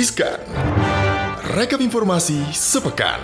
Riskan. Rekap informasi sepekan.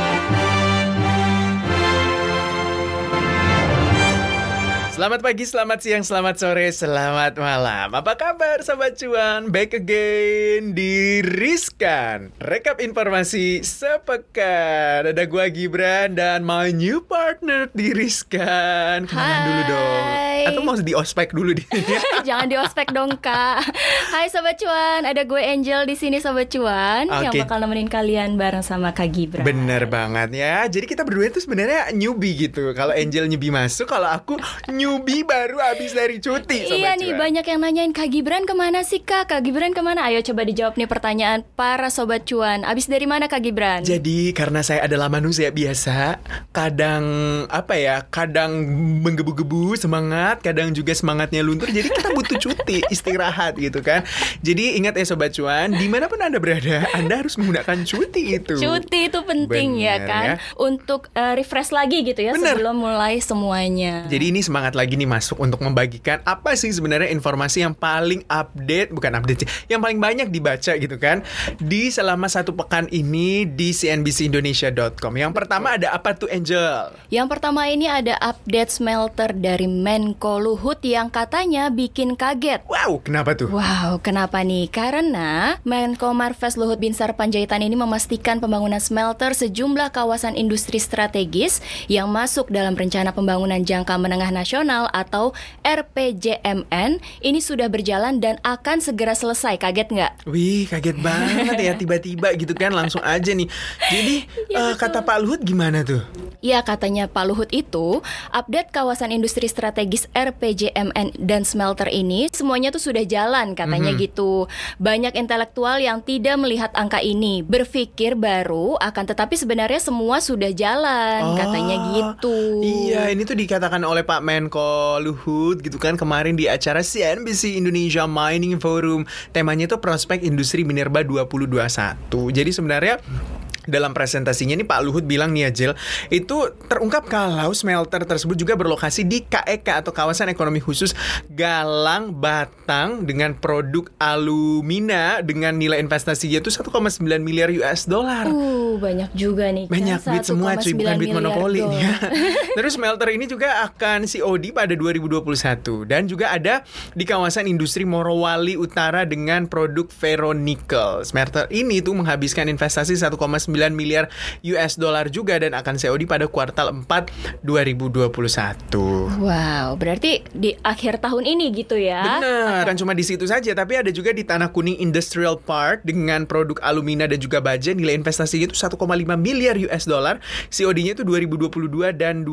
Selamat pagi, selamat siang, selamat sore, selamat malam. Apa kabar Sobat Cuan? Back again di Riskan. Rekap informasi sepekan. Ada gua Gibran dan my new partner di Riskan. Kenalan dulu dong. Atau mau di ospek dulu di Jangan di ospek dong, Kak. Hai Sobat Cuan, ada gue Angel di sini Sobat Cuan yang bakal nemenin kalian bareng sama Kak Gibran. Bener banget ya. Jadi kita berdua itu sebenarnya newbie gitu. Kalau Angel newbie masuk, kalau aku newbie baru habis dari cuti. Sobat Iya Cuan. nih, banyak yang nanyain Kak Gibran kemana sih Kak? Kak Gibran kemana? Ayo coba dijawab nih pertanyaan para Sobat Cuan. Abis dari mana Kak Gibran? Jadi karena saya adalah manusia biasa, kadang kadang menggebu-gebu semangat, kadang juga semangatnya luntur. Jadi kita butuh cuti, istirahat gitu kan. Jadi ingat ya Sobat Cuan, dimanapun Anda berada, Anda harus menggunakan cuti itu. Cuti itu penting ya kan, untuk refresh lagi gitu ya. Bener. Sebelum mulai semuanya. Jadi ini semangat lagi nih masuk untuk membagikan apa sih sebenarnya informasi yang paling bukan update sih, yang paling banyak dibaca gitu kan di selama satu pekan ini di cnbcindonesia.com. Yang pertama ada apa tuh Angel? Yang pertama ini ada update smelter dari Menko Luhut yang katanya bikin kaget. Wow, kenapa tuh? Wow, kenapa nih? Karena Menko Marves Luhut Binsar Panjaitan ini memastikan pembangunan smelter sejumlah kawasan industri strategis yang masuk dalam Rencana Pembangunan Jangka Menengah Nasional atau RPJMN ini sudah berjalan dan akan segera selesai. Kaget nggak? Wih, kaget banget ya, tiba-tiba gitu kan, langsung aja nih. Jadi kata Pak Luhut gimana tuh? Ya, katanya Pak Luhut itu update kawasan industri strategis RPJMN dan smelter ini semuanya tuh sudah jalan katanya gitu. Banyak intelektual yang tidak melihat angka ini, berpikir baru akan tetapi sebenarnya semua sudah jalan katanya gitu. Iya, ini tuh dikatakan oleh Pak Menko Luhut gitu kan kemarin di acara CNBC Indonesia Mining Forum. Temanya itu prospek industri minerba 2021. Jadi sebenarnya dalam presentasinya ini Pak Luhut bilang nih Ajel, itu terungkap kalau smelter tersebut juga berlokasi di KEK atau Kawasan Ekonomi Khusus Galang Batang dengan produk alumina dengan nilai investasinya itu 1,9 miliar US dollar. Banyak juga nih. Banyak duit semua cuy, bukan duit monopoli nih ya. Terus smelter ini juga akan COD pada 2021 dan juga ada di kawasan industri Morowali Utara dengan produk ferronikel. Smelter ini tuh menghabiskan investasi 1,9 miliar US dollar juga dan akan COD pada kuartal 4 2021. Wow, berarti di akhir tahun ini gitu ya. Benar, bukan cuma di situ saja, tapi ada juga di Tanah Kuning Industrial Park dengan produk alumina dan juga baja. Nilai investasinya itu 1,5 miliar US dollar. COD-nya itu 2022 dan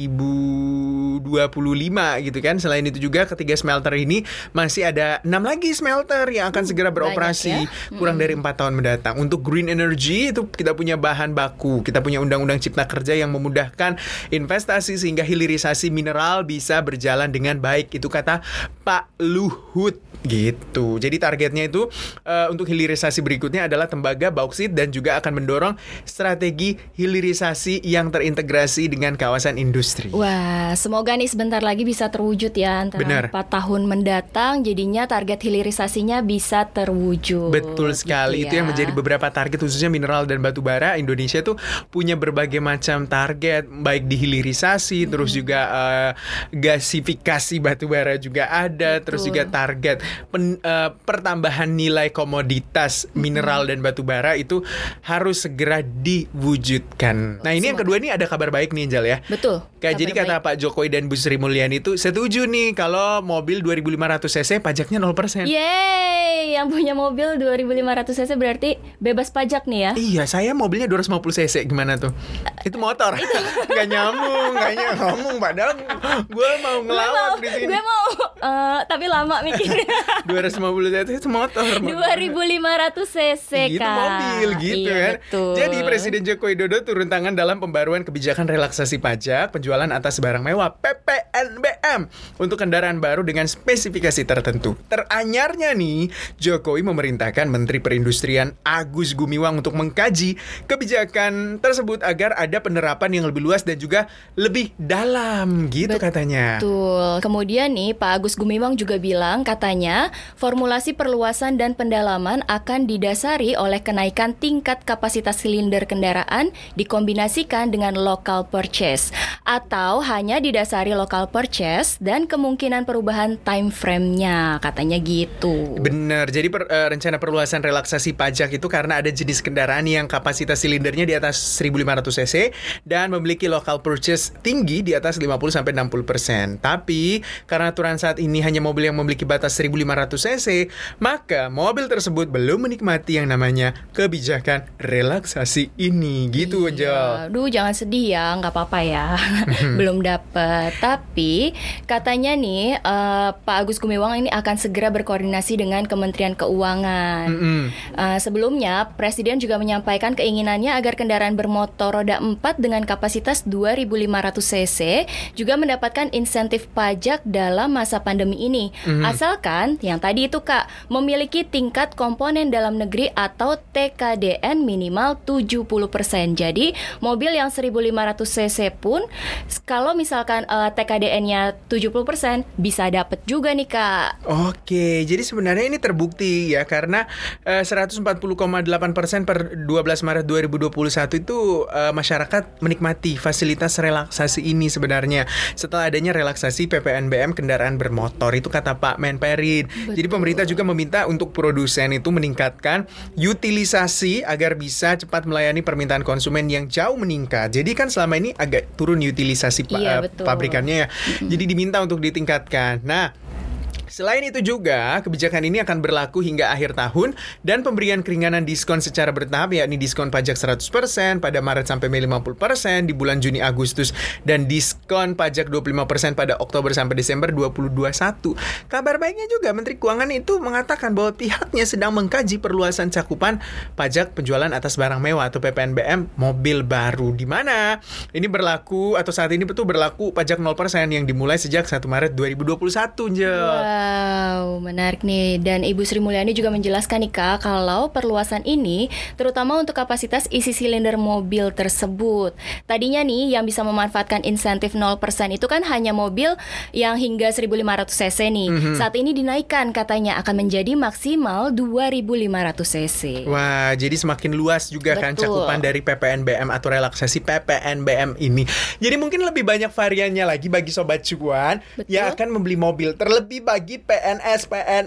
2025 gitu kan. Selain itu juga ketiga smelter ini masih ada 6 lagi smelter yang akan segera beroperasi kurang dari 4 tahun mendatang. Untuk green energy itu kita punya bahan baku, kita punya undang-undang cipta kerja yang memudahkan investasi sehingga hilirisasi mineral bisa berjalan dengan baik. Itu kata Pak Luhut gitu. Jadi targetnya itu untuk hilirisasi berikutnya adalah tembaga, bauksit dan juga akan mendorong strategi hilirisasi yang terintegrasi dengan kawasan industri. Wah, semoga nih sebentar lagi bisa terwujud ya antara 4 tahun mendatang. Jadinya target hilirisasinya bisa terwujud. Betul sekali, gitu ya. Itu yang menjadi beberapa target khususnya mineral dan batu bara. Indonesia tuh punya berbagai macam target, baik di hilirisasi, terus juga gasifikasi batu bara juga ada. Betul. Terus juga target pertambahan nilai komoditas mineral dan batu bara itu harus segera diwujudkan. Nah ini yang kedua nih ada kabar baik nih Angel ya. Betul. Jadi kata Pak Jokowi dan Bu Sri Mulyani itu setuju nih kalau mobil 2.500 cc pajaknya 0%. Yeay, yang punya mobil 2.500 cc berarti bebas pajak nih ya. Iya, saya mobilnya 250 cc, gimana tuh? Itu motor. Gak nyambung padahal gue mau ngelawak di sini. Gue mau, tapi lama mikirnya. 250 cc itu motor. 2.500 cc gitu, Kak. Mobil gitu iya, kan. Betul. Jadi Presiden Joko Widodo turun tangan dalam pembaruan kebijakan relaksasi pajak penjualan atas barang mewah PPNBM untuk kendaraan baru dengan spesifikasi tertentu. Teranyarnya nih, Jokowi memerintahkan Menteri Perindustrian Agus Gumiwang untuk mengkaji kebijakan tersebut agar ada penerapan yang lebih luas dan juga lebih dalam gitu katanya. Betul. Kemudian nih Pak Agus Agus Gumiwang juga bilang, katanya formulasi perluasan dan pendalaman akan didasari oleh kenaikan tingkat kapasitas silinder kendaraan dikombinasikan dengan local purchase, atau hanya didasari local purchase dan kemungkinan perubahan time frame-nya, katanya gitu. Bener, jadi rencana perluasan relaksasi pajak itu karena ada jenis kendaraan yang kapasitas silindernya di atas 1500 cc dan memiliki local purchase tinggi di atas 50-60%. Tapi karena aturan saat ini hanya mobil yang memiliki batas 1500 cc, maka mobil tersebut belum menikmati yang namanya kebijakan relaksasi ini. Gitu, Angel. Aduh, jangan sedih ya, nggak apa-apa ya. Belum dapet. Tapi katanya nih Pak Agus Gumiwang ini akan segera berkoordinasi dengan Kementerian Keuangan. Sebelumnya Presiden juga menyampaikan keinginannya agar kendaraan bermotor roda 4 dengan kapasitas 2500 cc juga mendapatkan insentif pajak dalam masa pandemi ini. Asalkan yang tadi itu Kak, memiliki tingkat komponen dalam negeri atau TKDN minimal 70%. Jadi mobil yang 1500 cc pun kalau misalkan TKDN-nya 70% bisa dapet juga nih Kak. Oke, jadi sebenarnya ini terbukti ya karena 140,8% per 12 Maret 2021 itu masyarakat menikmati fasilitas relaksasi ini sebenarnya setelah adanya relaksasi PPNBM kendaraan bermotor, itu kata Pak Menperin. Jadi pemerintah juga meminta untuk produsen itu meningkatkan utilisasi agar bisa cepat melayani permintaan konsumen yang jauh meningkat. Jadi kan selama ini agak turun utilisasi pabrikannya ya. Jadi diminta untuk ditingkatkan. Nah, selain itu juga, kebijakan ini akan berlaku hingga akhir tahun dan pemberian keringanan diskon secara bertahap, yakni diskon pajak 100% pada Maret sampai Mei 50% di bulan Juni Agustus dan diskon pajak 25% pada Oktober sampai Desember 2021. Kabar baiknya juga, Menteri Keuangan itu mengatakan bahwa pihaknya sedang mengkaji perluasan cakupan pajak penjualan atas barang mewah atau PPNBM mobil baru, di mana ini berlaku atau saat ini betul berlaku pajak 0% yang dimulai sejak 1 Maret 2021, Wow, menarik nih. Dan Ibu Sri Mulyani juga menjelaskan nih Kak, kalau perluasan ini terutama untuk kapasitas isi silinder mobil tersebut. Tadinya nih yang bisa memanfaatkan insentif 0% itu kan hanya mobil yang hingga 1500 cc nih. Saat ini dinaikkan katanya akan menjadi maksimal 2500 cc. Wah, jadi semakin luas juga kan cakupan dari PPNBM atau relaksasi PPNBM ini. Jadi mungkin lebih banyak variannya lagi bagi Sobat Cuan yang akan membeli mobil. Terlebih bagi PNS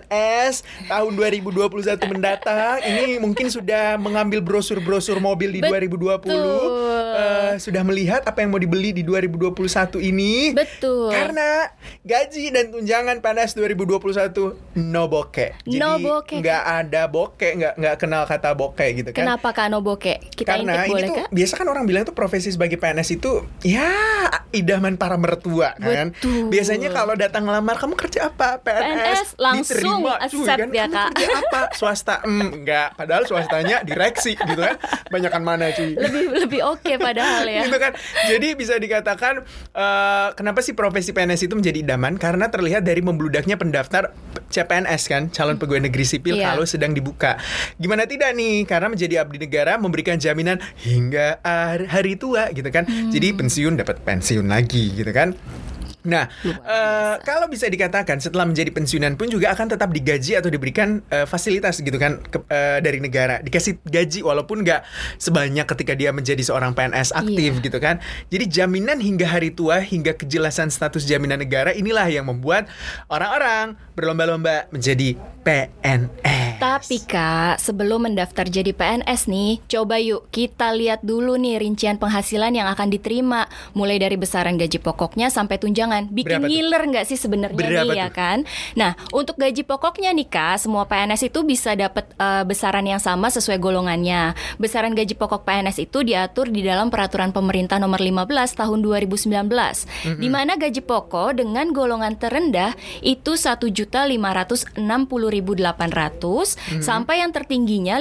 tahun 2021 mendatang, ini mungkin sudah mengambil brosur-brosur mobil di 2020, sudah melihat apa yang mau dibeli di 2021 ini. Betul. Karena gaji dan tunjangan PNS 2021 no bokeh. Jadi nggak ada bokeh, nggak kenal kata bokeh gitu kan. Kenapa Kak no bokeh? Kita karena intip boleh ini tuh Kak? biasa kan orang bilang tuh profesi sebagai PNS itu ya idaman para mertua kan. Betul. Biasanya kalau datang ngelamar, kamu kerja apa? PNS langsung diterima, accept kan? ya Kamu Kak. kerja apa? Swasta? Enggak, padahal swastanya direksi gitu kan. Banyakan mana cuy? Lebih oke padahal ya. Gitu kan. Jadi bisa dikatakan kenapa sih profesi PNS itu menjadi idaman? Karena terlihat dari membludaknya pendaftar CPNS kan, calon pegawai negeri sipil kalau sedang dibuka. Gimana tidak nih? Karena menjadi abdi negara memberikan jaminan hingga hari tua gitu kan. Jadi pensiun dapat pensiun lagi gitu kan. Nah, kalau bisa dikatakan setelah menjadi pensiunan pun juga akan tetap digaji atau diberikan fasilitas gitu kan dari negara. Dikasih gaji walaupun nggak sebanyak ketika dia menjadi seorang PNS aktif gitu kan. Jadi jaminan hingga hari tua, hingga kejelasan status jaminan negara, inilah yang membuat orang-orang berlomba-lomba menjadi PNS. Tapi Kak, sebelum mendaftar jadi PNS nih, coba yuk kita lihat dulu nih rincian penghasilan yang akan diterima, mulai dari besaran gaji pokoknya sampai tunjangan. Bikin ngiler nggak sih sebenarnya nih ya kan? Nah, untuk gaji pokoknya nih Kak, semua PNS itu bisa dapat besaran yang sama sesuai golongannya. Besaran gaji pokok PNS itu diatur di dalam Peraturan Pemerintah Nomor 15 Tahun 2019, di mana gaji pokok dengan golongan terendah itu 1.560.800 sampai yang tertingginya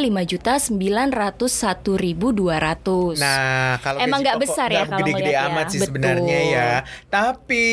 5.901.200. Nah, kalau emang gaji nggak pokok besar ya nggak kalau gede-gede ngeliat ya. amat sih Betul. sebenarnya ya. Tapi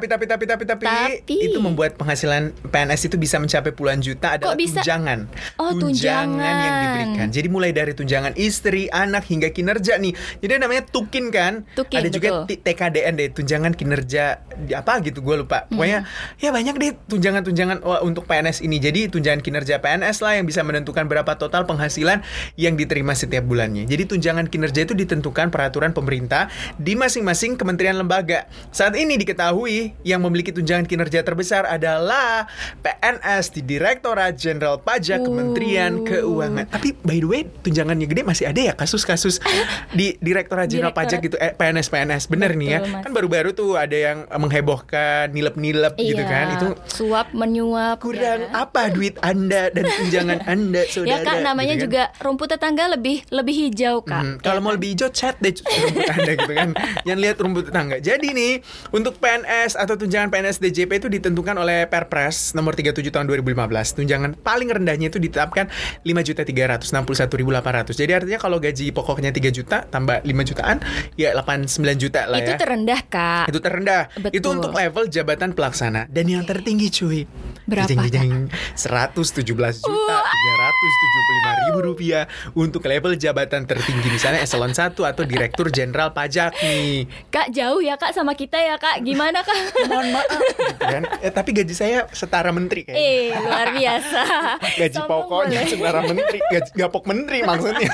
itu membuat penghasilan PNS itu bisa mencapai puluhan juta adalah Kok bisa? tunjangan. Oh, tunjangan yang diberikan. Jadi mulai dari tunjangan istri, anak hingga kinerja nih. Jadi namanya tukin kan. Tukin, ada juga betul. TKDN deh, tunjangan kinerja apa gitu gue lupa. Pokoknya ya banyak deh tunjangan-tunjangan untuk PNS ini. Jadi tunjangan kinerja PNS lah yang bisa menentukan berapa total penghasilan yang diterima setiap bulannya. Jadi tunjangan kinerja itu ditentukan peraturan pemerintah di masing-masing kementerian lembaga. Saat ini diketahui yang memiliki tunjangan kinerja terbesar adalah PNS di Direktorat Jenderal Pajak Kementerian Keuangan. Tapi by the way, tunjangannya gede masih ada ya kasus-kasus di Direktorat Jenderal Pajak gitu, PNS bener nih ya. Mas. Kan baru-baru tuh ada yang menghebohkan nilep-nilep gitu Iya, kan. Itu suap menyuap. kurang ya. apa duit Anda dan tunjangan Anda, saudara. Ya Kak, namanya gitu kan. juga rumput tetangga lebih hijau Kak. Kalau mau lebih hijau, chat deh rumput Anda gitu kan. Jangan lihat rumput tetangga. Jadi nih, untuk PNS atau tunjangan PNS DJP itu ditentukan oleh Perpres nomor 37 tahun 2015. Tunjangan paling rendahnya itu ditetapkan 5.361.800. Jadi artinya kalau gaji pokoknya 3 juta tambah 5 jutaan, ya 89 juta lah Itu ya. terendah Kak. Itu terendah. Betul. Itu untuk level jabatan pelaksana. Dan yang tertinggi cuy, Berapa, jeng-jeng 117 juta 375 ribu rupiah untuk level jabatan tertinggi, misalnya eselon 1 atau Direktur Jenderal Pajak nih. Kak jauh ya Kak sama kita ya Kak. Gimana Kak? Mohon maaf gitu kan. Tapi gaji saya setara menteri kayaknya. Luar biasa. Gaji Sombong pokoknya boleh. setara menteri, gaji gapok menteri maksudnya.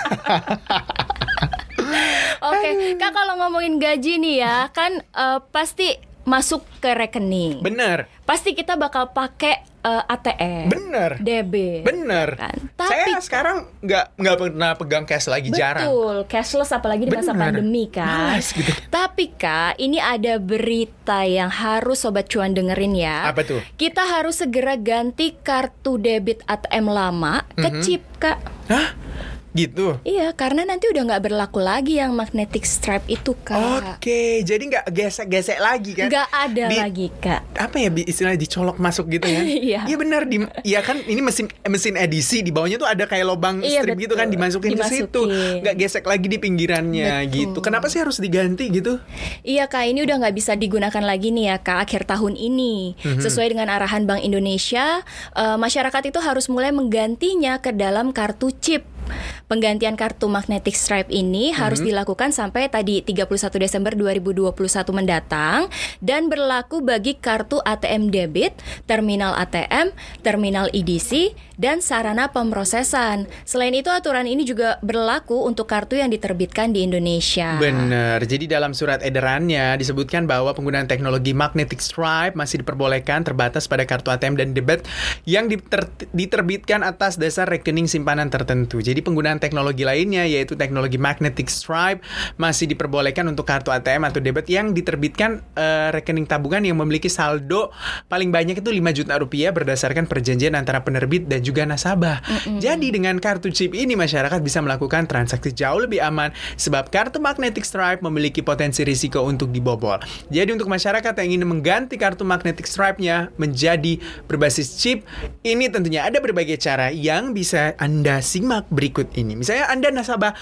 Oke, Kak kalau ngomongin gaji nih ya, kan pasti masuk ke rekening. Bener. Pasti kita bakal pakai ATM. Bener. debit. Bener. Kan? Saya Tapi sekarang nggak pernah pegang cash lagi, jarang. betul, cashless apalagi di masa Bener. pandemi kan. Malas gitu. Tapi Kak, ini ada berita yang harus Sobat Cuan dengerin ya. Apa tuh? Kita harus segera ganti kartu debit ATM lama ke chip Kak. Hah? Gitu. Iya, karena nanti udah nggak berlaku lagi yang magnetic stripe itu Kak. Oke, jadi nggak gesek-gesek lagi kan? Nggak ada lagi Kak. Apa ya istilahnya dicolok masuk gitu ya? Iya. Iya benar. Iya kan ini mesin edisi, di bawahnya tuh ada kayak lubang Iya, strip gitu kan, betul. dimasukin ke situ. Dimasukin. Nggak gesek lagi di pinggirannya Betul. gitu. Kenapa sih harus diganti gitu? Iya Kak, ini udah nggak bisa digunakan lagi nih ya Kak akhir tahun ini. Sesuai dengan arahan Bank Indonesia, masyarakat itu harus mulai menggantinya ke dalam kartu chip. Penggantian kartu magnetic stripe ini harus dilakukan sampai tadi 31 Desember 2021 mendatang dan berlaku bagi kartu ATM debit, terminal ATM, terminal EDC, dan sarana pemrosesan. Selain itu aturan ini juga berlaku untuk kartu yang diterbitkan di Indonesia. Bener. Jadi dalam surat edarannya disebutkan bahwa penggunaan teknologi magnetic stripe masih diperbolehkan terbatas pada kartu ATM dan debit yang diterbitkan atas dasar rekening simpanan tertentu. Jadi penggunaan teknologi lainnya yaitu teknologi magnetic stripe masih diperbolehkan untuk kartu ATM atau debit yang diterbitkan rekening tabungan yang memiliki saldo paling banyak itu 5 juta rupiah berdasarkan perjanjian antara penerbit dan juga nasabah. Jadi dengan kartu chip ini masyarakat bisa melakukan transaksi jauh lebih aman sebab kartu magnetic stripe memiliki potensi risiko untuk dibobol. Jadi untuk masyarakat yang ingin mengganti kartu magnetic stripe-nya menjadi berbasis chip, ini tentunya ada berbagai cara yang bisa Anda simak berikut ini. Misalnya Anda nasabah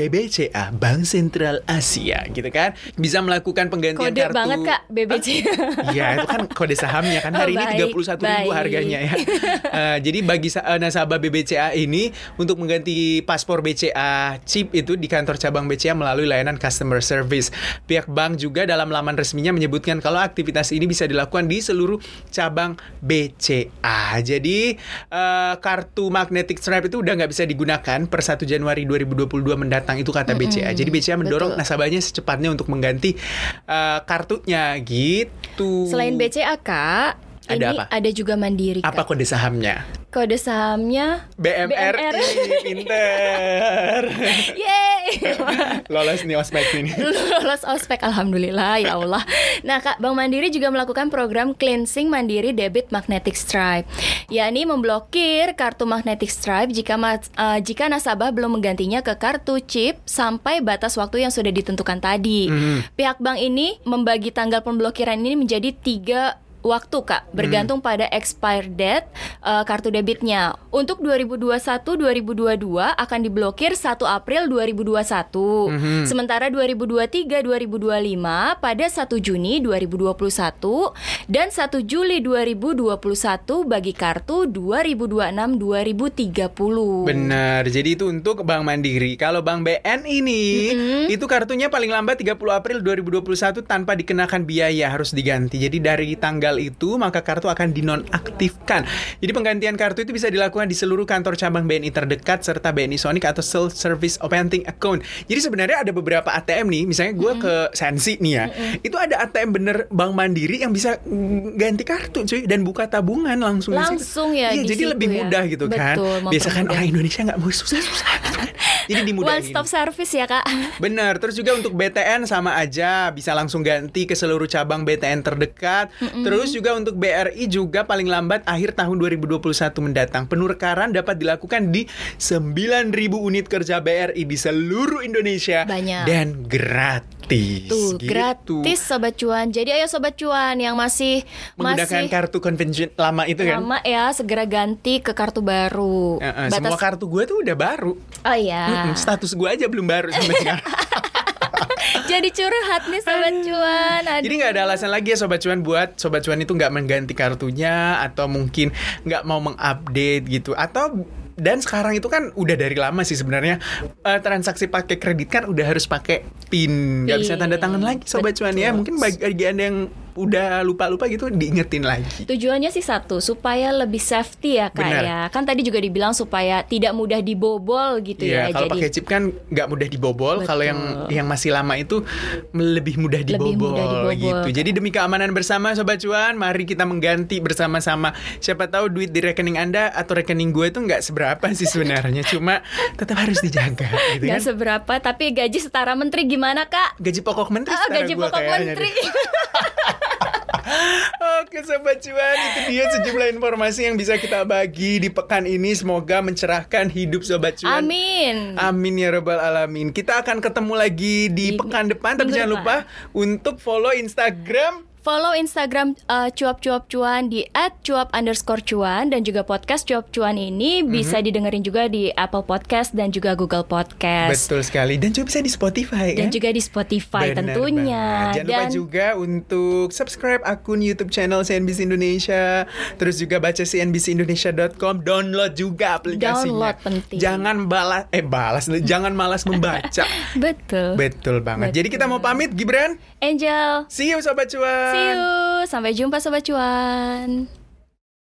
BBCA, Bank Sentral Asia gitu kan, bisa melakukan penggantian Kode kartu. banget Kak BBCA. Iya, itu kan kode sahamnya kan. Hari ini 31.000 harganya ya. Jadi bagi nasabah BBCA ini untuk mengganti paspor BCA chip itu di kantor cabang BCA melalui layanan customer service. Pihak bank juga dalam laman resminya menyebutkan kalau aktivitas ini bisa dilakukan di seluruh cabang BCA. Jadi kartu magnetic stripe itu udah nggak bisa digunakan per 1 Januari 2022 mendatang, itu kata BCA. Jadi BCA mendorong nasabahnya secepatnya untuk mengganti kartunya gitu. Selain BCA Kak, Ada ini apa? ada juga Mandiri Kak. Apa kode sahamnya? Kode sahamnya BMRI. Pinter. Yeay. Lolos nih ospek ini. Lolos ospek, alhamdulillah ya Allah. Nah Kak, Bank Mandiri juga melakukan program cleansing Mandiri Debit Magnetic Stripe, yakni memblokir kartu magnetic stripe jika nasabah belum menggantinya ke kartu chip sampai batas waktu yang sudah ditentukan tadi. Pihak bank ini membagi tanggal pemblokiran ini menjadi 3 waktu Kak, bergantung pada expire date kartu debitnya. Untuk 2021-2022 akan diblokir 1 April 2021. Sementara 2023-2025 pada 1 Juni 2021 dan 1 Juli 2021 bagi kartu 2026-2030. Benar, jadi itu untuk Bank Mandiri. Kalau Bank BNI nih, itu kartunya paling lambat 30 April 2021 tanpa dikenakan biaya, harus diganti. Jadi dari tanggal itu maka kartu akan dinonaktifkan. Jadi penggantian kartu itu bisa dilakukan di seluruh kantor cabang BNI terdekat serta BNI Sonic atau Self Service Opening Account. Jadi sebenarnya ada beberapa ATM nih, misalnya gue ke Sensi nih ya, itu ada ATM bener Bank Mandiri yang bisa ganti kartu cuy dan buka tabungan langsung ya. Iya, jadi lebih mudah gitu. Betul, kan. Biasa kan orang Indonesia nggak mau susah-susah. Jadi dimudahin. One stop service ya Kak. Benar. Terus juga untuk BTN sama aja, bisa langsung ganti ke seluruh cabang BTN terdekat. Terus juga untuk BRI juga paling lambat akhir tahun 2021 mendatang. Penukaran dapat dilakukan di 9.000 unit kerja BRI di seluruh Indonesia. Banyak. Dan gratis. Tuh, gitu. gratis Sobat Cuan. Jadi ayo Sobat Cuan yang masih menggunakan kartu konvensi lama itu kan. Lama ya, segera ganti ke kartu baru. Semua kartu gue tuh udah baru. Oh iya. Status gue aja belum baru sampai sekarang. Jadi curhat nih Sobat Cuan. Jadi gak ada alasan lagi ya Sobat Cuan buat Sobat Cuan itu gak mengganti kartunya, atau mungkin gak mau mengupdate gitu. Dan sekarang itu kan udah dari lama sih sebenarnya, transaksi pakai kredit kan udah harus pakai PIN, nggak bisa tanda tangan lagi Sobat Cuan ya. Mungkin bagi Anda yang udah lupa-lupa gitu diingetin lagi. Tujuannya sih satu, supaya lebih safety ya Kak. Benar. Ya. Kan tadi juga dibilang supaya tidak mudah dibobol gitu ya. Kalau pakai chip kan nggak mudah dibobol. Kalau yang masih lama itu lebih mudah dibobol gitu. Jadi demi keamanan bersama Sobat Cuan, mari kita mengganti bersama-sama. Siapa tahu duit di rekening Anda atau rekening gue itu nggak seberapa sih sebenarnya, cuma tetap harus dijaga gitu kan. Nggak seberapa, tapi gaji setara menteri gimana Kak? Gaji pokok menteri setara gaji gua pokok menteri. Oke Sobat Cuan, itu dia sejumlah informasi yang bisa kita bagi di pekan ini. Semoga mencerahkan hidup Sobat Cuan. Amin. Amin ya rabbal alamin. Kita akan ketemu lagi di pekan depan. Tapi jangan lupa untuk follow Instagram cuap-cuap cuan di @cuap_cuan, dan juga podcast cuap cuan ini bisa didengerin juga di Apple Podcast dan juga Google Podcast. Betul sekali, dan juga bisa di Spotify dan juga di Spotify. Benar tentunya banget. Jangan lupa juga untuk subscribe akun YouTube channel CNBC Indonesia. Terus juga baca cnbcindonesia.com. Download juga aplikasinya. Download penting. Jangan jangan malas membaca. Betul banget. Jadi kita mau pamit, Gibran, Angel. See you Sobat Cuan. See you. Sampai jumpa Sobat Cuan.